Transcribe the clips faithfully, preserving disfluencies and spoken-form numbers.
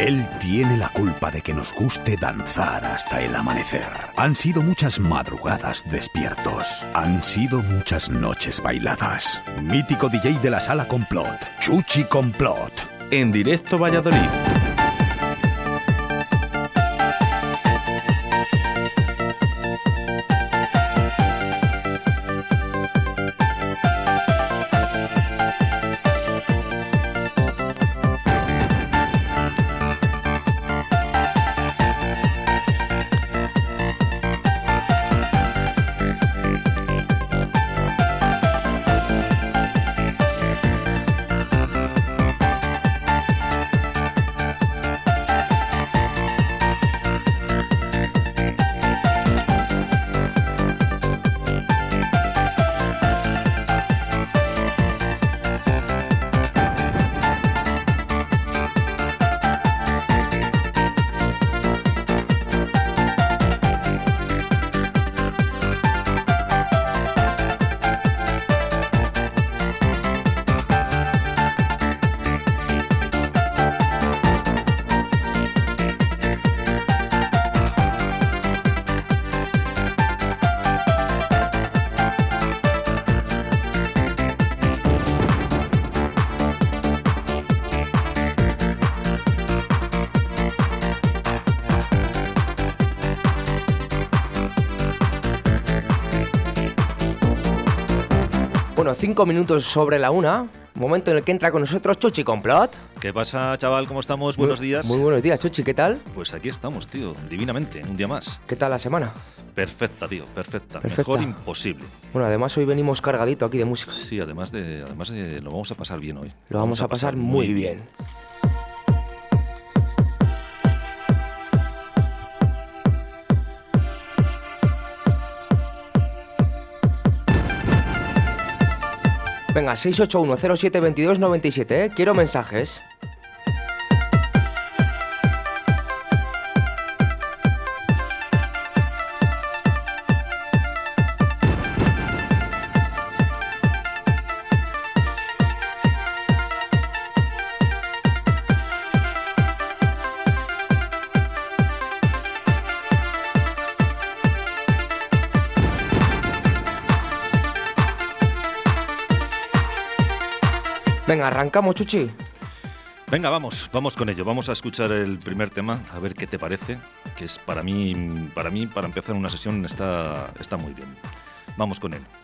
Él tiene la culpa de que nos guste danzar hasta el amanecer. Han sido muchas madrugadas despiertos. Han sido muchas noches bailadas. Mítico D J de la Sala Complot, Chuchi Complot. En directo Valladolid. Bueno, cinco minutos sobre la una, momento en el que entra con nosotros Chuchi Complot. ¿Qué pasa, chaval? ¿Cómo estamos? Buenos muy, días. Muy buenos días, Chuchi, ¿qué tal? Pues aquí estamos, tío, divinamente, un día más. ¿Qué tal la semana? Perfecta, tío, perfecta. Perfecta. Mejor imposible. Bueno, además hoy venimos cargadito aquí de música. Sí, además de, además de, lo vamos a pasar bien hoy. Lo vamos, vamos a, pasar, pasar muy bien. bien. Venga, seis ocho uno cero siete dos dos nueve siete, ¿eh? Quiero mensajes. Venga, arrancamos, Chuchi. Venga, vamos, vamos con ello. Vamos a escuchar el primer tema, a ver qué te parece, que es para mí, para mí, para empezar una sesión está, está muy bien. Vamos con él.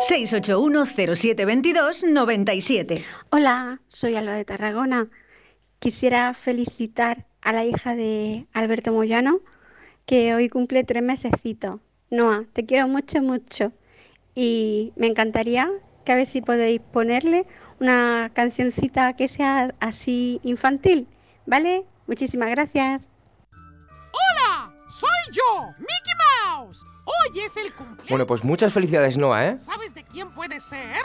seis ocho uno cero siete dos dos nueve siete. Hola, soy Alba de Tarragona. Quisiera felicitar a la hija de Alberto Moyano, que hoy cumple tres mesecitos. Noa, te quiero mucho, mucho. Y me encantaría que a ver si podéis ponerle una cancioncita que sea así infantil, ¿vale? Muchísimas gracias. ¡Hola! ¡Soy yo, Mickey Mouse! Hoy es el cumpleaños. Bueno, pues muchas felicidades, Noa, ¿eh? ¿Sabes de quién puede ser?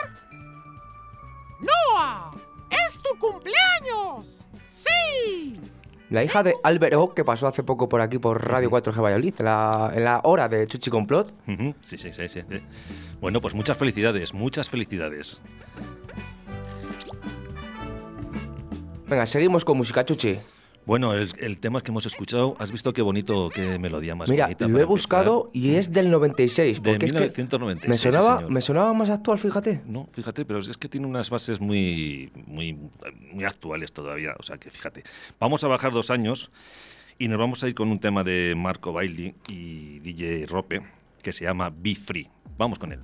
¡Noa! ¡Es tu cumpleaños! ¡Sí! La hija de Álvaro, que pasó hace poco por aquí por Radio cuatro G Valladolid, en la, en la hora de Chuchi Complot. Uh-huh. Sí, sí, sí, sí. Bueno, pues muchas felicidades, muchas felicidades. Venga, seguimos con música, Chuchi. Bueno, el, el tema que hemos escuchado, has visto qué bonito, qué melodía más Mira, bonita. lo he buscado y es del noventa y seis. De porque mil novecientos noventa y seis, es que me sonaba, sí, señor. me sonaba más actual, fíjate. No, fíjate, pero es que tiene unas bases muy, muy, muy actuales todavía. O sea que fíjate. Vamos a bajar dos años y nos vamos a ir con un tema de Marco Bailey y D J Rope que se llama Be Free. Vamos con él.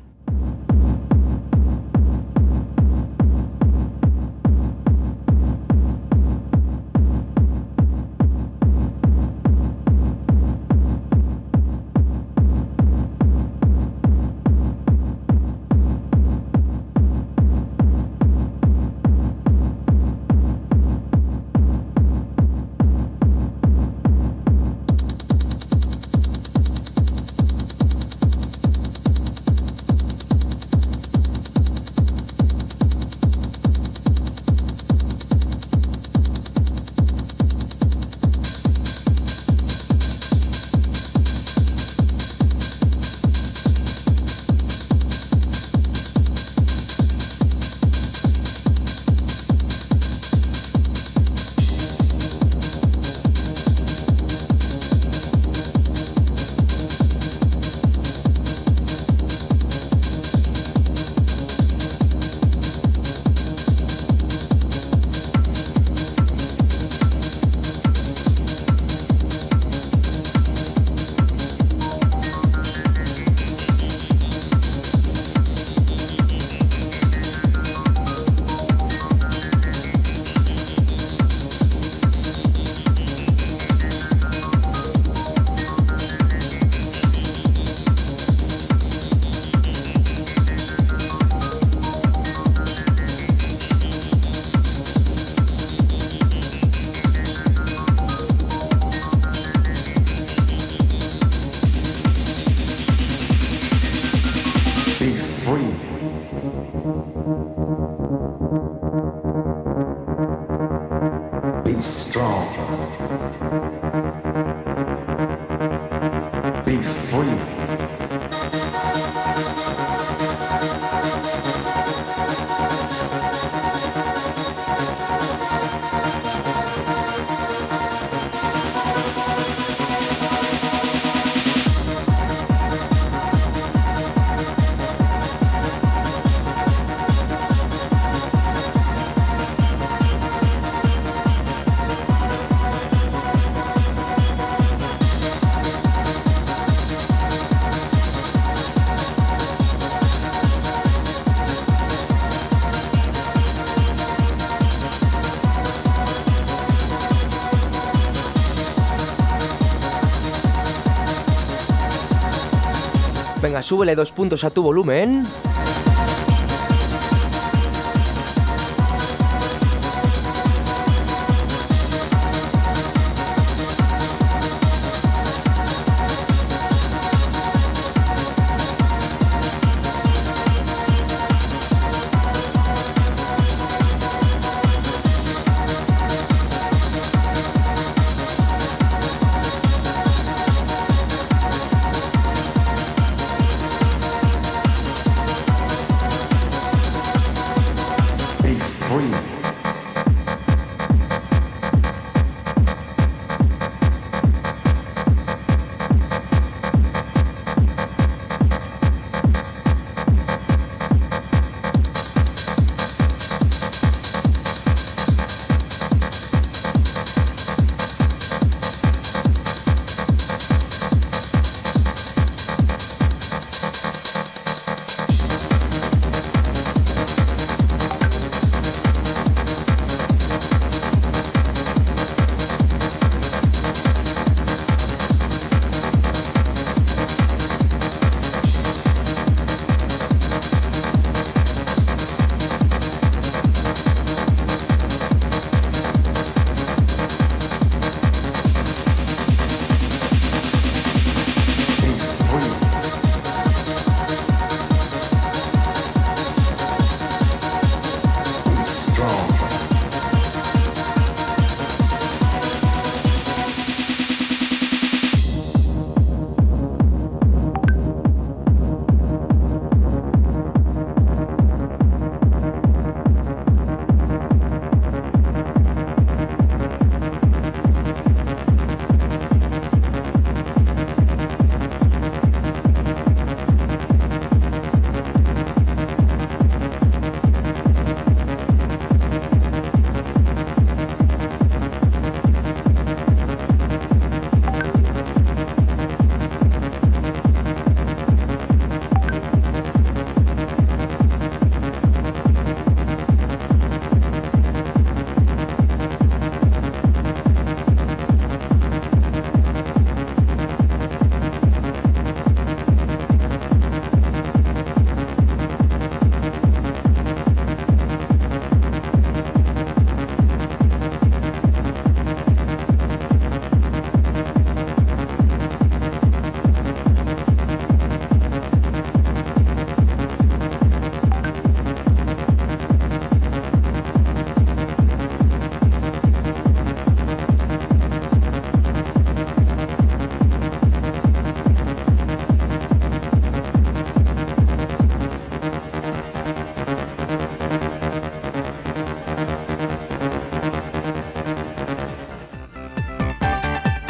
Venga, súbele dos puntos a tu volumen.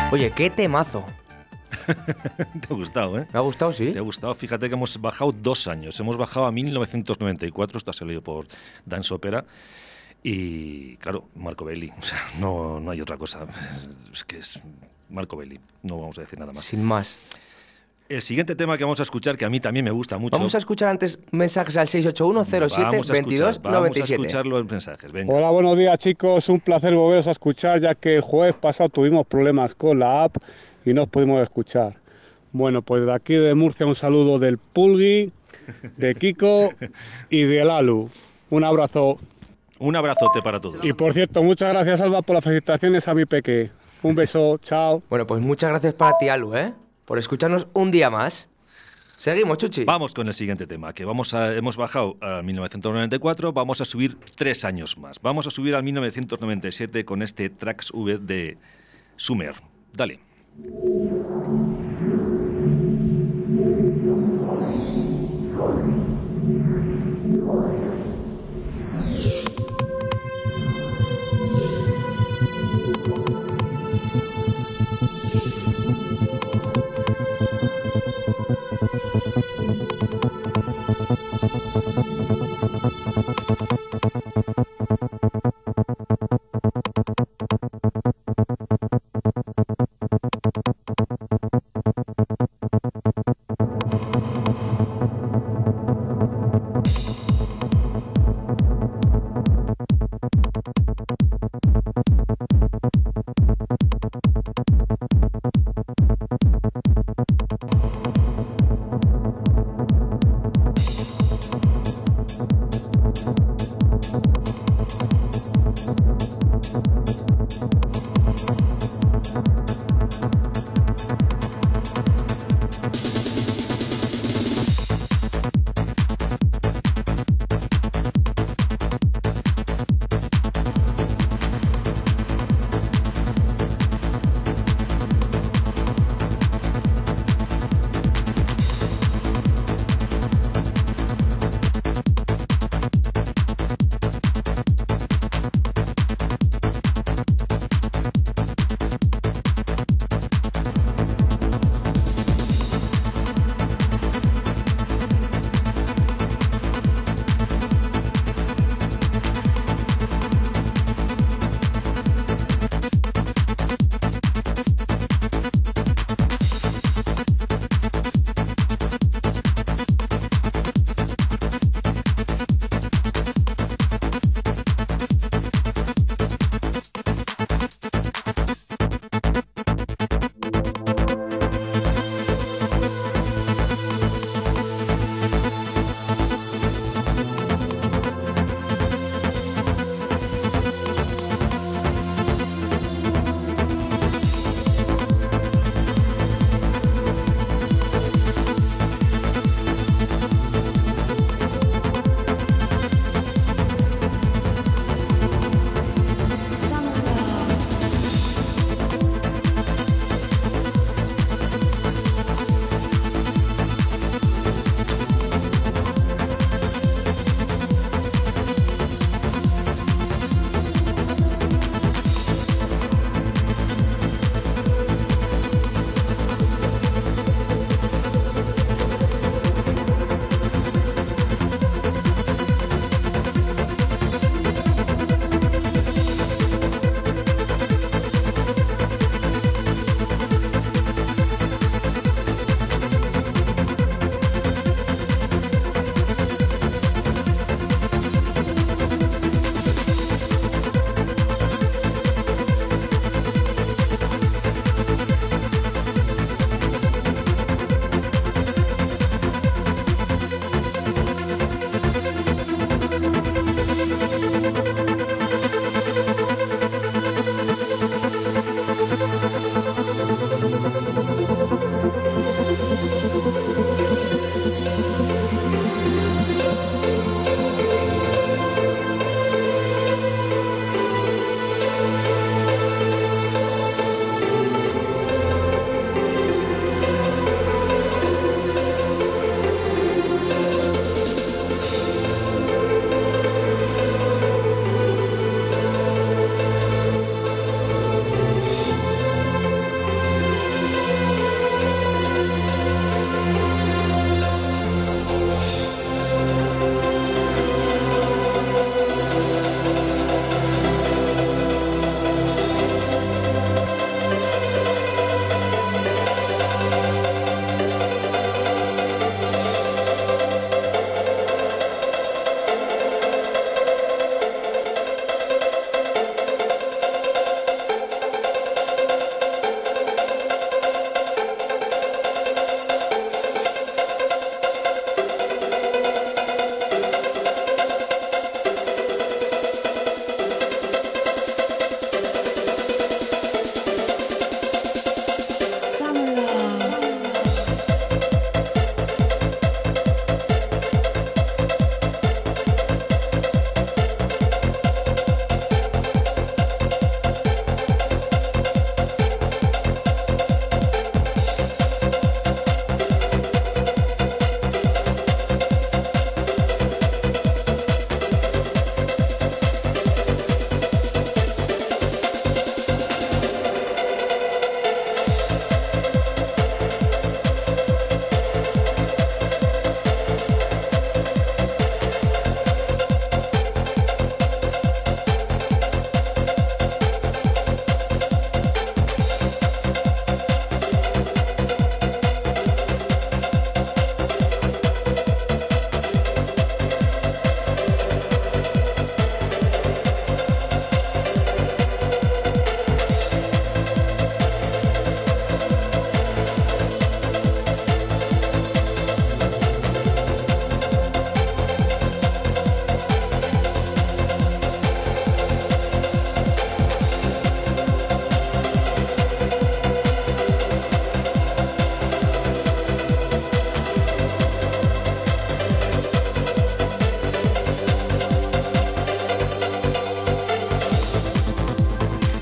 Oye, qué temazo. Te ha gustado, ¿eh? Me ha gustado, sí. Te ha gustado. Fíjate que hemos bajado dos años. Hemos bajado a mil novecientos noventa y cuatro. Esto ha salido por Dance Opera. Y, claro, Marco Belli. O sea, no, no hay otra cosa. Es que es Marco Belli. No vamos a decir nada más. Sin más. El siguiente tema que vamos a escuchar, que a mí también me gusta mucho... Vamos a escuchar antes mensajes al seis ocho uno cero siete dos dos nueve siete. Vamos a escuchar los mensajes, venga. Hola, buenos días, chicos. Un placer volveros a escuchar, ya que el jueves pasado tuvimos problemas con la app y no os pudimos escuchar. Bueno, pues de aquí de Murcia un saludo del Pulgui, de Kiko y de Lalu. Un abrazo. Un abrazote para todos. Y por cierto, muchas gracias, Alba, por las felicitaciones a mi peque. Un beso, chao. Bueno, pues muchas gracias para ti, Alu, ¿eh? Por escucharnos un día más. Seguimos, Chuchi. Vamos con el siguiente tema, que vamos a, hemos bajado a mil novecientos noventa y cuatro, vamos a subir tres años más. Vamos a subir a mil novecientos noventa y siete con este Tracks V de Summer. Dale.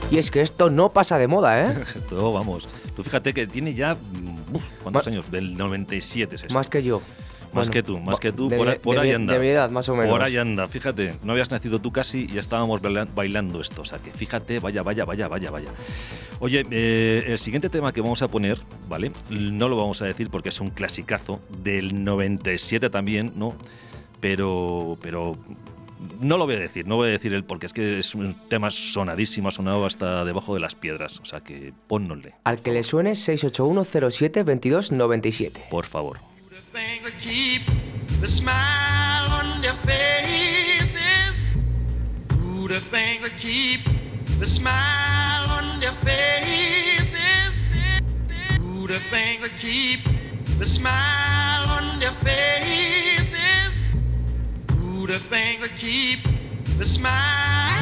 Y es que esto no pasa de moda, ¿eh? Esto, vamos. Tú fíjate que tiene ya... Uf, ¿cuántos Ma- años? Del noventa y siete es esto. Más que yo. Más Bueno, que tú, más que tú, de por, mi- ahí- por de ahí mi- anda. de mi edad, más o menos. Por ahí anda, fíjate, no habías nacido tú casi y ya estábamos baila- bailando esto, o sea que fíjate, vaya, vaya, vaya, vaya, vaya. Oye, eh, el siguiente tema que vamos a poner, ¿vale? No lo vamos a decir porque es un clasicazo del noventa y siete también, ¿no? Pero, pero no lo voy a decir, no voy a decir el porque es que es un tema sonadísimo, ha sonado hasta debajo de las piedras, o sea que pónnosle, Al que le suene seis ocho uno cero siete veintidós noventa y siete. por favor. Things that keep the smile on their faces. Do the things that keep the smile on their faces. Do the things that keep the smile on their faces. Do the things that keep the smile.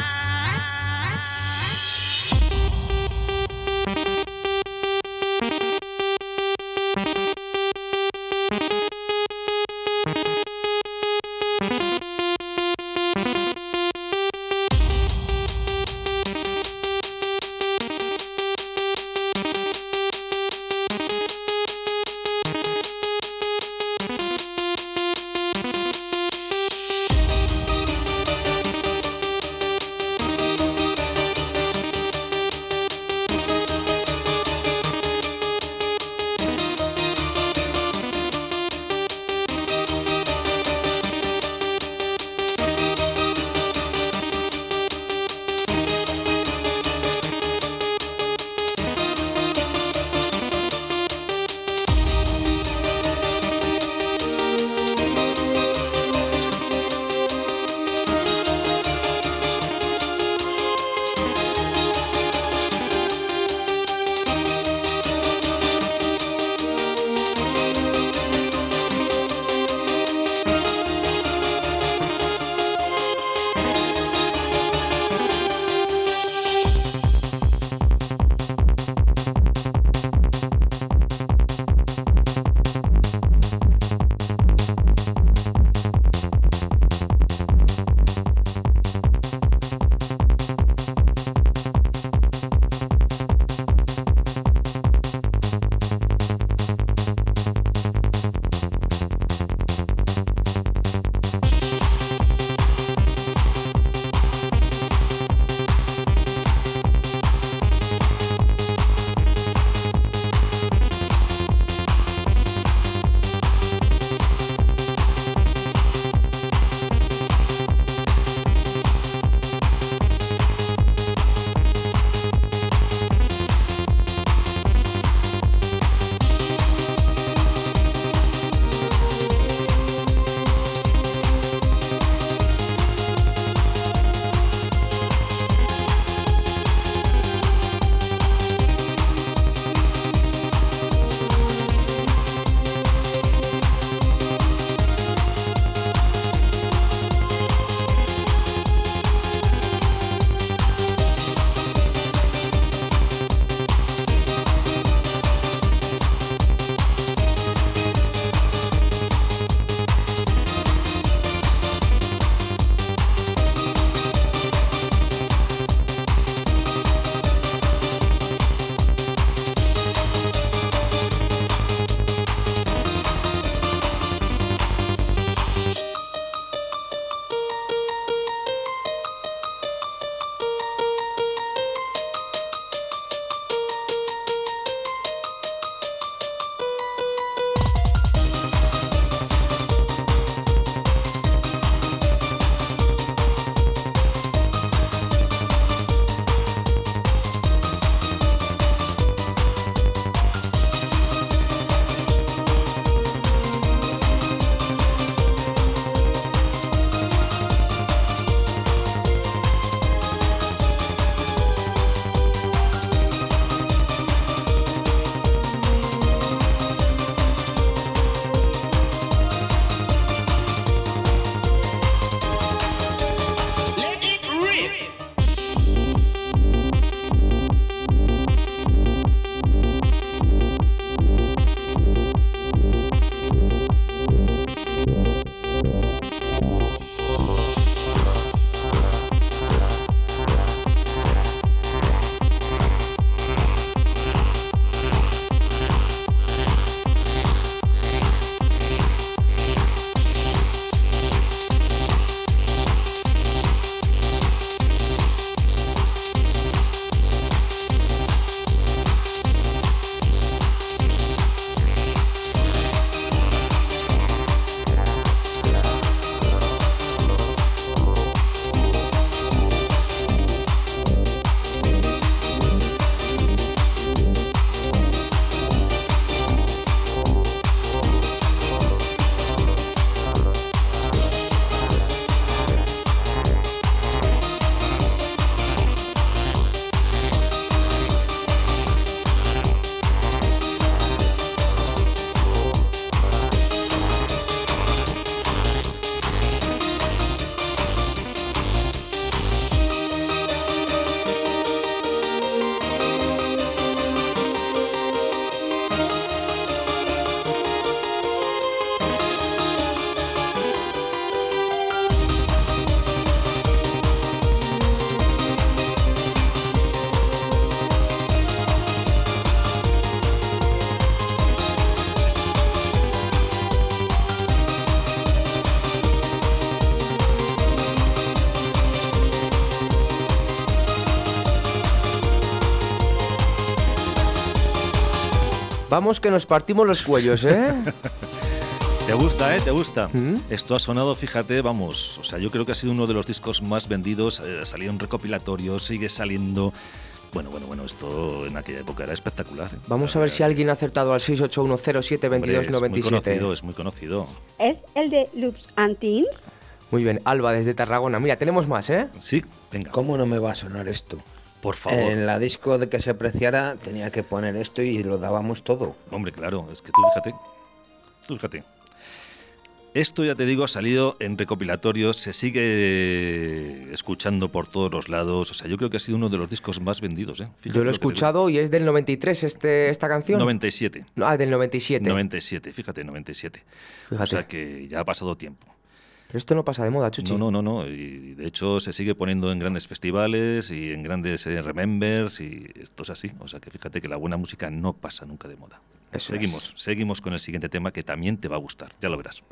Vamos que nos partimos los cuellos, ¿eh? ¿Te gusta, eh? ¿Te gusta? ¿Mm? Esto ha sonado, fíjate, vamos, o sea, yo creo que ha sido uno de los discos más vendidos, eh, salió en recopilatorios, sigue saliendo. Bueno, bueno, bueno, esto en aquella época era espectacular. ¿eh? Vamos a ver si alguien ha acertado al seis ocho uno cero siete dos dos nueve siete. Es muy conocido, es muy conocido. ¿Es el de Loops and Teens? Muy bien, Alba desde Tarragona. Mira, tenemos más, ¿eh? Sí, venga. ¿Cómo no me va a sonar esto? Por favor. En la disco de que se apreciara tenía que poner esto y lo dábamos todo. Hombre, claro, es que tú fíjate, tú fíjate. Esto, ya te digo, ha salido en recopilatorios, se sigue escuchando por todos los lados. O sea, yo creo que ha sido uno de los discos más vendidos, ¿eh? Fíjate Yo lo he escuchado y es del noventa y tres este, esta canción. noventa y siete. Ah, del noventa y siete. noventa y siete, fíjate, noventa y siete. Fíjate. O sea que ya ha pasado tiempo. Pero esto no pasa de moda, Chuchi. No, no, no, no. Y de hecho se sigue poniendo en grandes festivales y en grandes eh, remembers y esto es así. O sea que fíjate que la buena música no pasa nunca de moda. Eso seguimos, es. seguimos con el siguiente tema que también te va a gustar. Ya lo verás.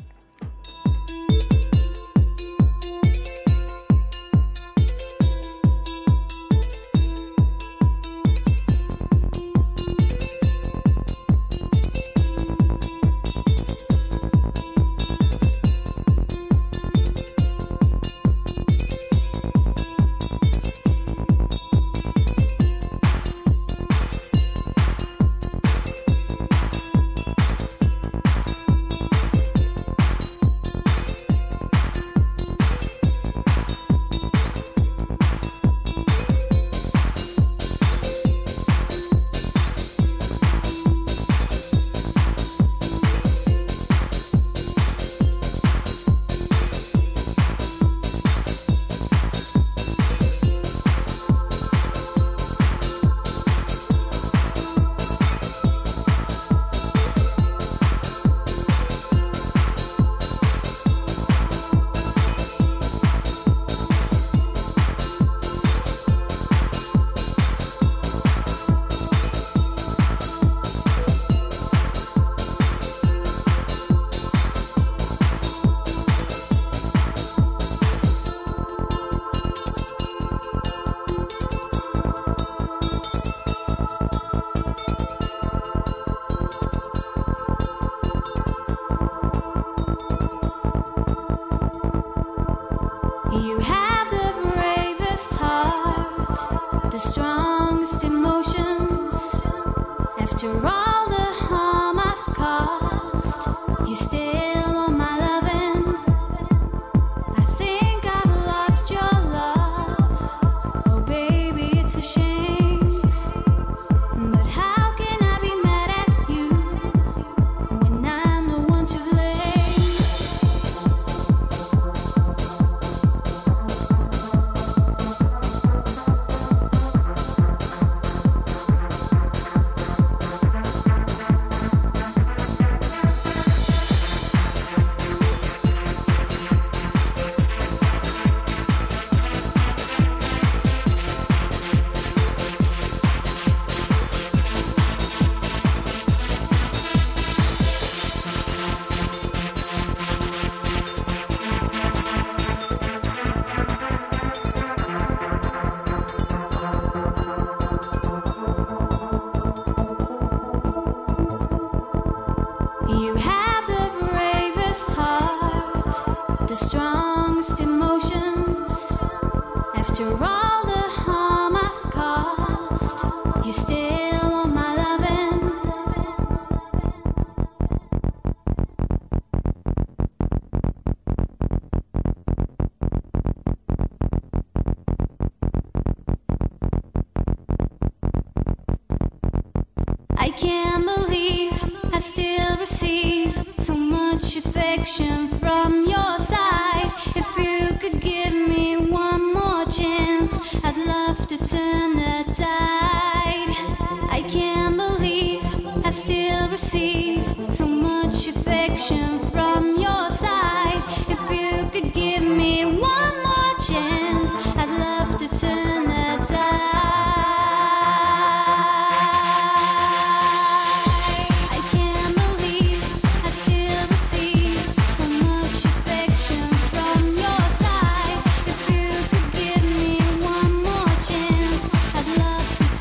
You have the bravest heart, the strongest emotions. After all the harm I've caused, you still want my loving. I think I've lost your love. Oh baby, it's a shame. But how can I be mad at you when I'm the one to blame? You have the bravest heart, the strongest emotions. After all the harm I've caused, you still want my loving. I can't believe I still receive so much affection from your side. If you could give me one more chance, I'd love to turn the tide. I can't believe I still receive so much affection from your side. If you could give me one more chance, I'd love to turn the tide. Love to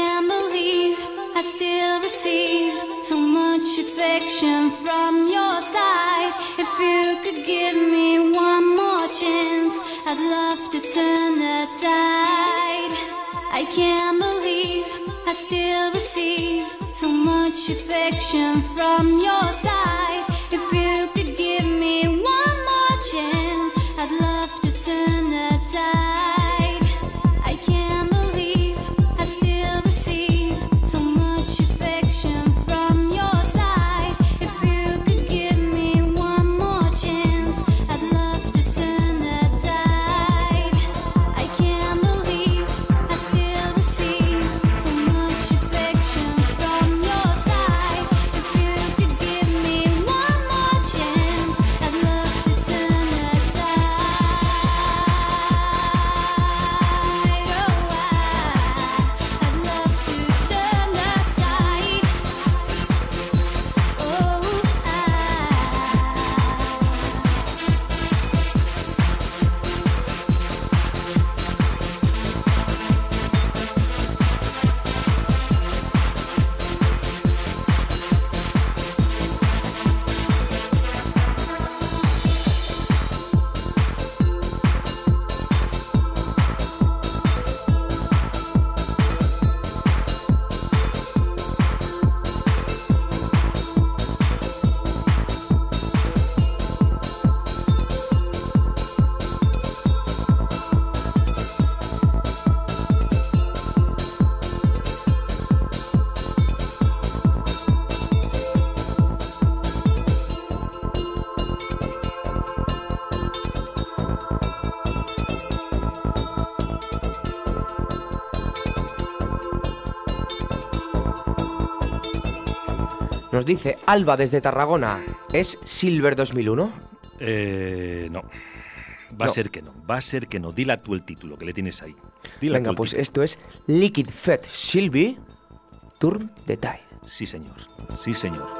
can't believe I still receive so much affection from your side. If you could give me one more chance, I'd love to turn the tide. I can't believe I still receive so much affection from your side. If you could give me one more chance, I'd love to turn the tide. I can't believe I still receive so much affection from your side. If you could give me one more chance, I'd love to turn the tide. I can't believe I still receive so much affection from your side. If you could give me one more chance, I'd love to turn the tide. Oh, I'd love to turn the tide. Oh, Nos dice Alba desde Tarragona, ¿es Silver dos mil uno? Eh, no. Va a No. ser que no. Va a ser que no. Dila tú el título que le tienes ahí. Dila Venga, tú el pues título. esto es Liquid Fat Sylvie Turn the Tide. Sí, señor. Sí, señor.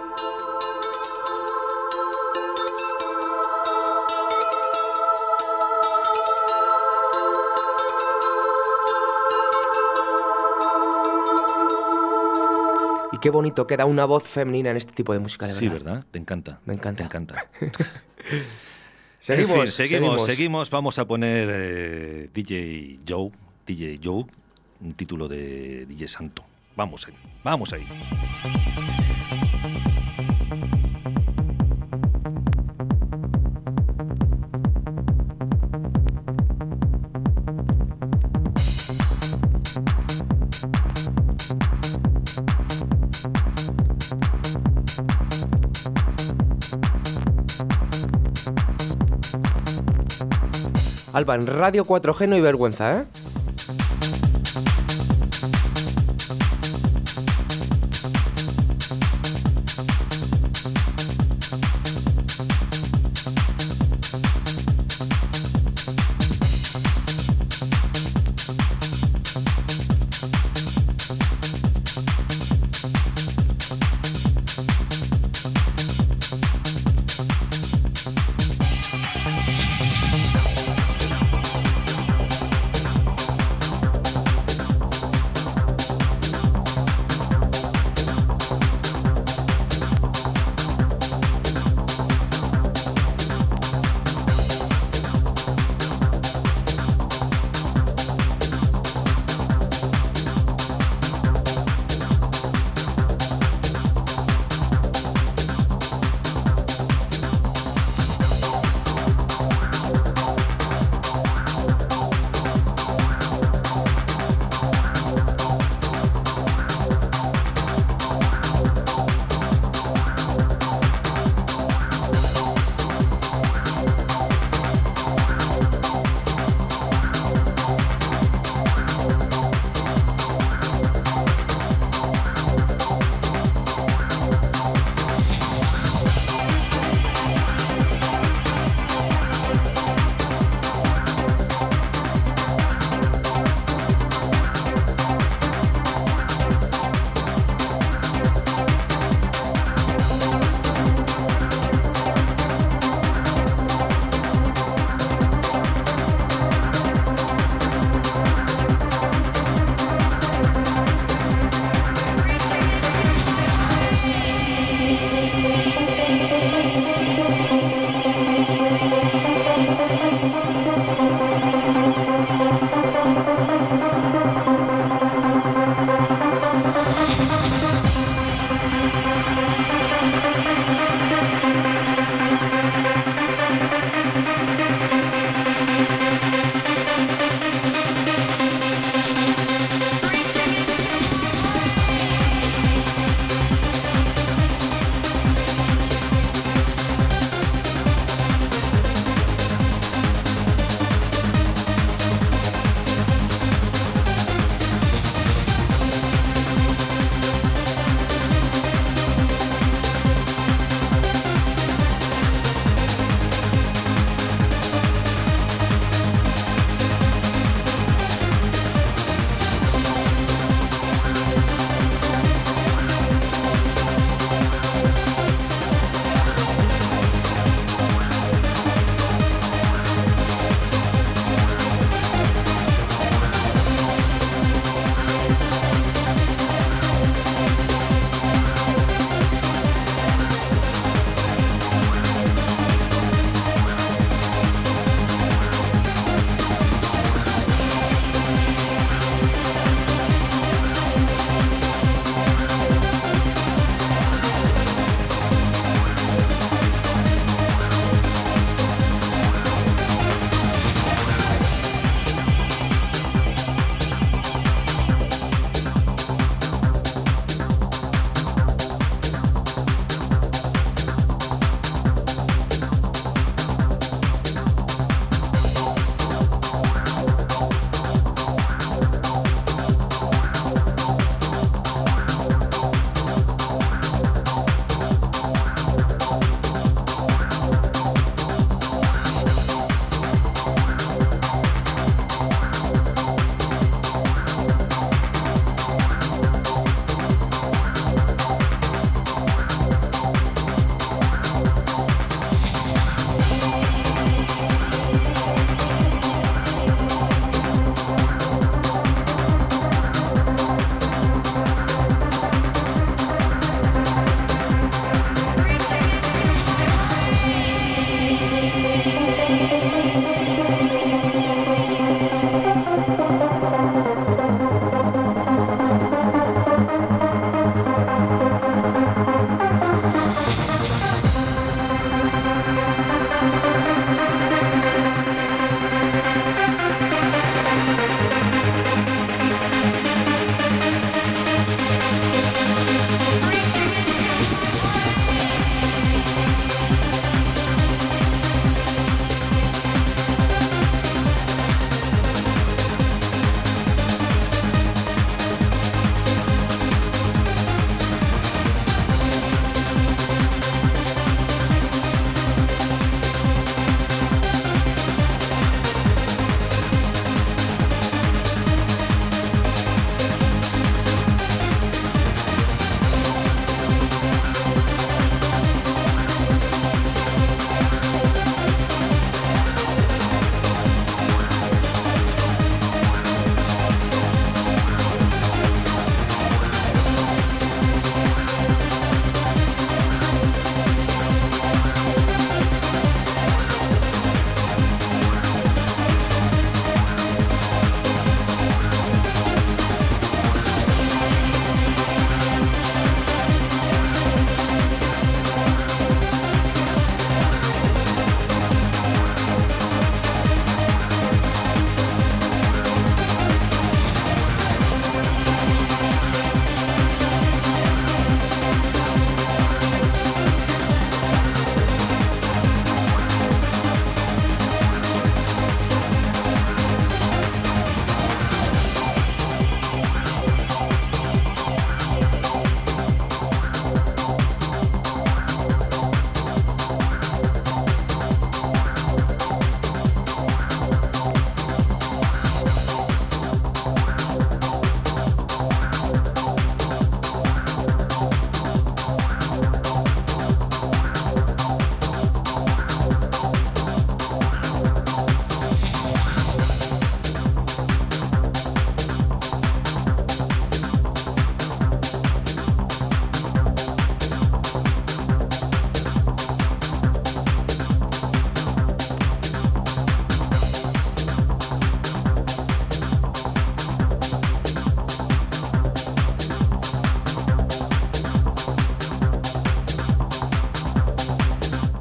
Y qué bonito queda una voz femenina en este tipo de música, de verdad. Sí, ¿verdad? Te encanta. Me encanta. Te encanta. Seguimos, En fin, seguimos, seguimos. seguimos. Vamos a poner eh, D J Joe, D J Joe, un título de D J Santo. Vamos ahí, vamos ahí. Alba, en Radio cuatro G no hay vergüenza, ¿eh?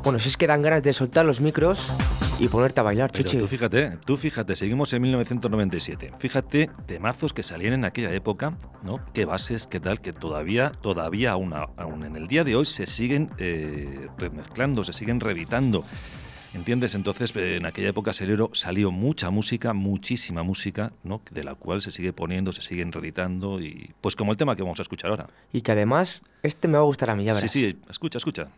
Bueno, si es que dan ganas de soltar los micros y ponerte a bailar, Pero Chuchi. tú fíjate, tú fíjate, seguimos en mil novecientos noventa y siete. Fíjate, temazos que salían en aquella época, ¿no? Qué bases, qué tal, que todavía, todavía aún, aún en el día de hoy se siguen eh, remezclando, se siguen reeditando. ¿Entiendes? Entonces, en aquella época salió, salió mucha música, muchísima música, ¿no? De la cual se sigue poniendo, se siguen reeditando, y pues como el tema que vamos a escuchar ahora. Y que además, este me va a gustar a mí, ya verás. Sí, sí, escucha, escucha.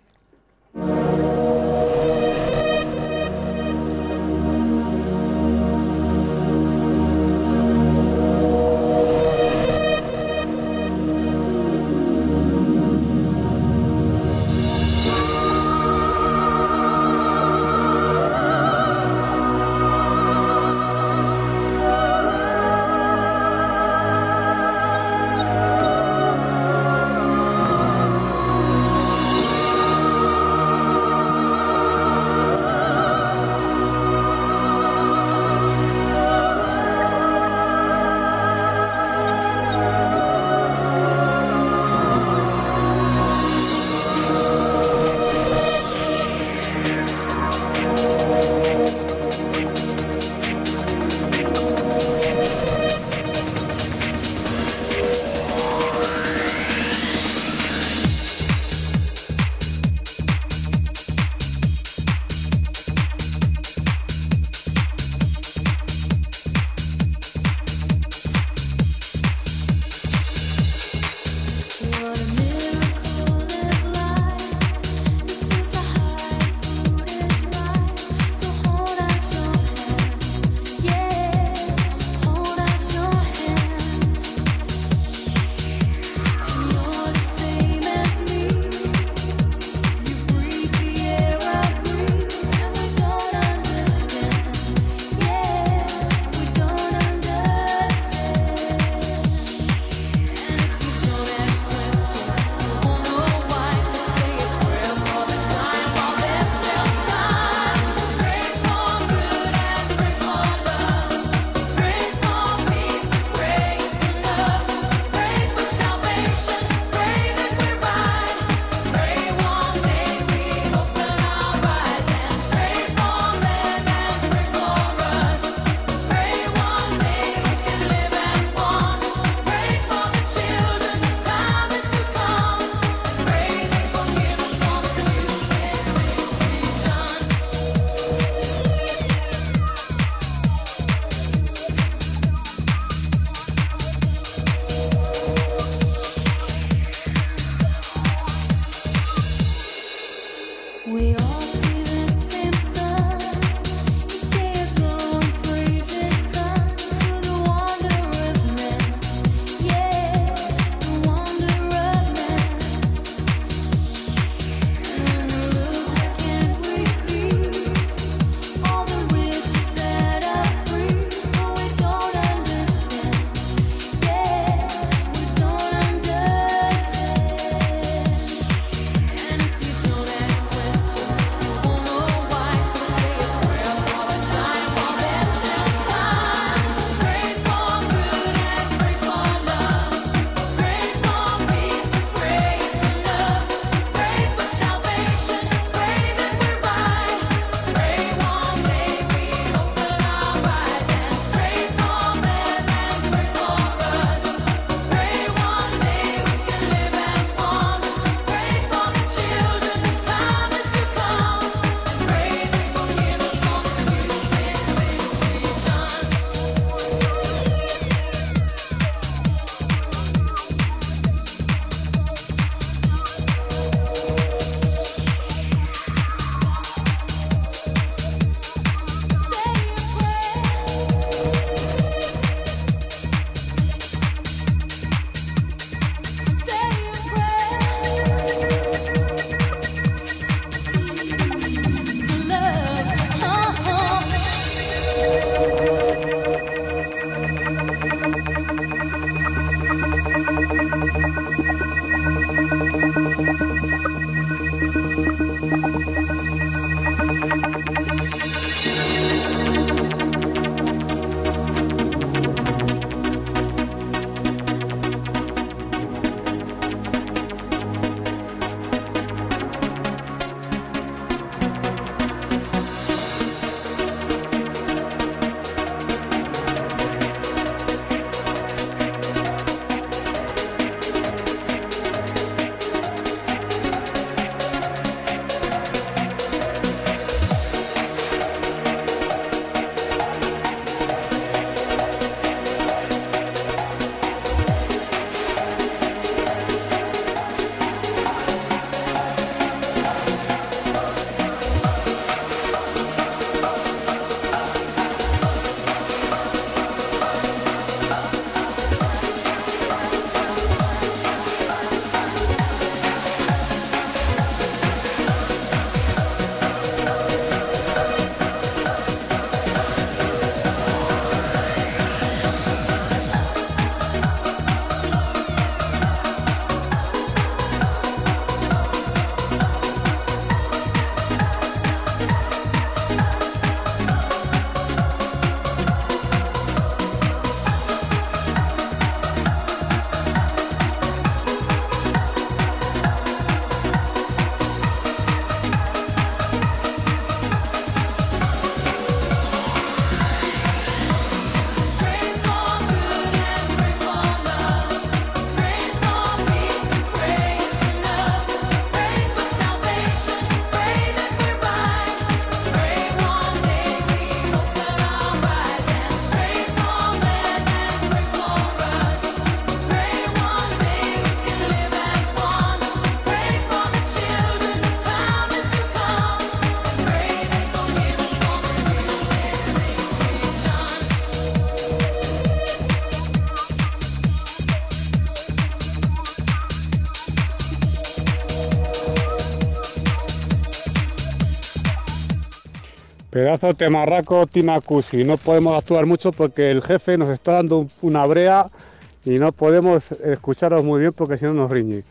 Pedazo temarraco Timacusi. No podemos actuar mucho porque el jefe nos está dando una brea y no podemos escucharos muy bien porque si no nos riñe.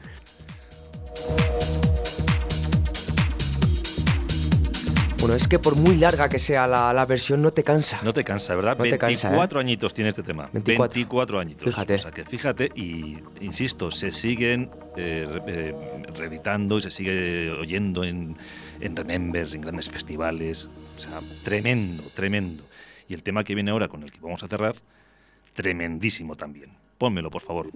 Bueno, es que por muy larga que sea la, la versión, no te cansa. No te cansa, ¿verdad? No te cansa, veinticuatro ¿eh? añitos tiene este tema. veinticuatro. veinticuatro añitos. Fíjate. O sea que fíjate, y insisto, se siguen eh, eh, reeditando y se sigue oyendo en, en Remembers, en grandes festivales. O sea, tremendo, tremendo. Y el tema que viene ahora, con el que vamos a cerrar, tremendísimo también. Pónmelo, por favor.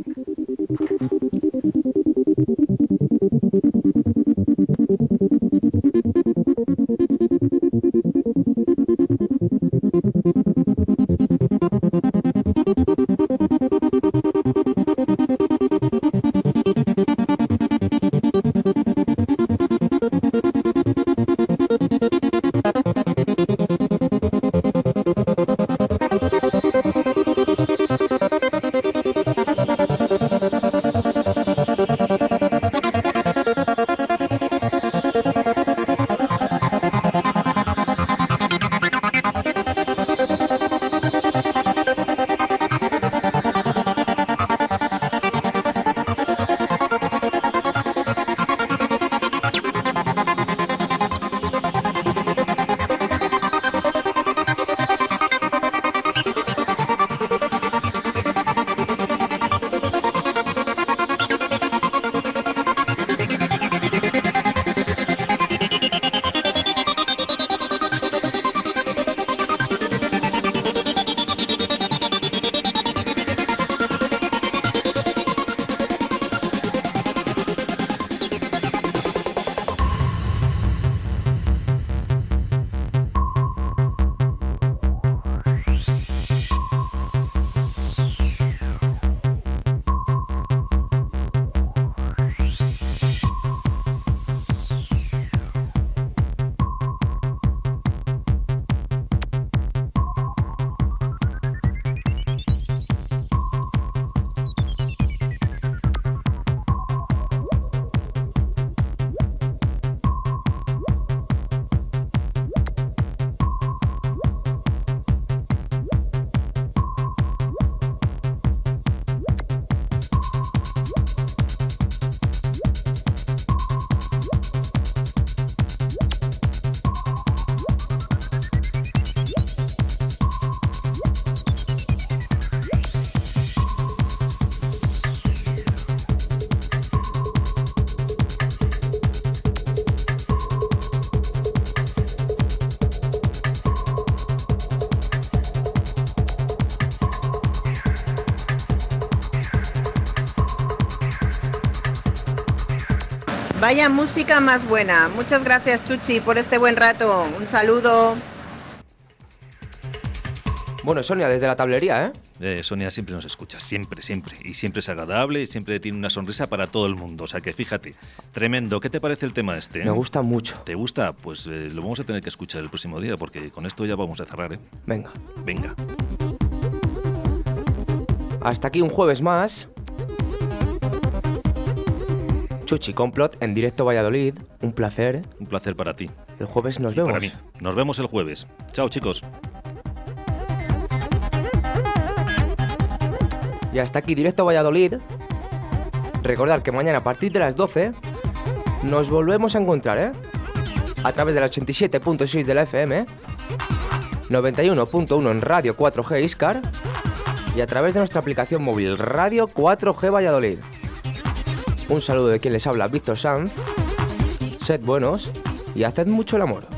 Vaya música más buena. Muchas gracias, Chuchi, por este buen rato. Un saludo. Bueno, Sonia, desde la tablería, ¿eh? Eh, Sonia siempre nos escucha, siempre, siempre. Y siempre es agradable y siempre tiene una sonrisa para todo el mundo. O sea que fíjate, tremendo. ¿Qué te parece el tema este? Eh? Me gusta mucho. ¿Te gusta? Pues eh, lo vamos a tener que escuchar el próximo día porque con esto ya vamos a cerrar, ¿eh? Venga. Venga. Hasta aquí un jueves más. Chuchi Complot en directo Valladolid. Un placer. Un placer para ti. El jueves nos y vemos. Para mí. Nos vemos el jueves. Chao, chicos. Y hasta aquí directo Valladolid. Recordad que mañana a partir de las doce nos volvemos a encontrar, ¿eh? A través del ochenta y siete punto seis de la F M, noventa y uno punto uno en Radio cuatro G Iscar y a través de nuestra aplicación móvil Radio cuatro G Valladolid. Un saludo de quien les habla, Víctor Sanz. Sed buenos y haced mucho el amor.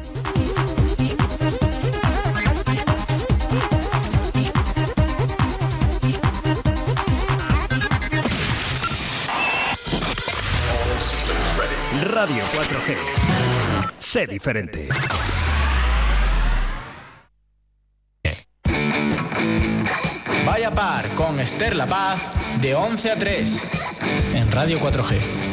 Radio cuatro G. Sé diferente. Vaya par con Esther La Paz de once a tres en Radio cuatro G.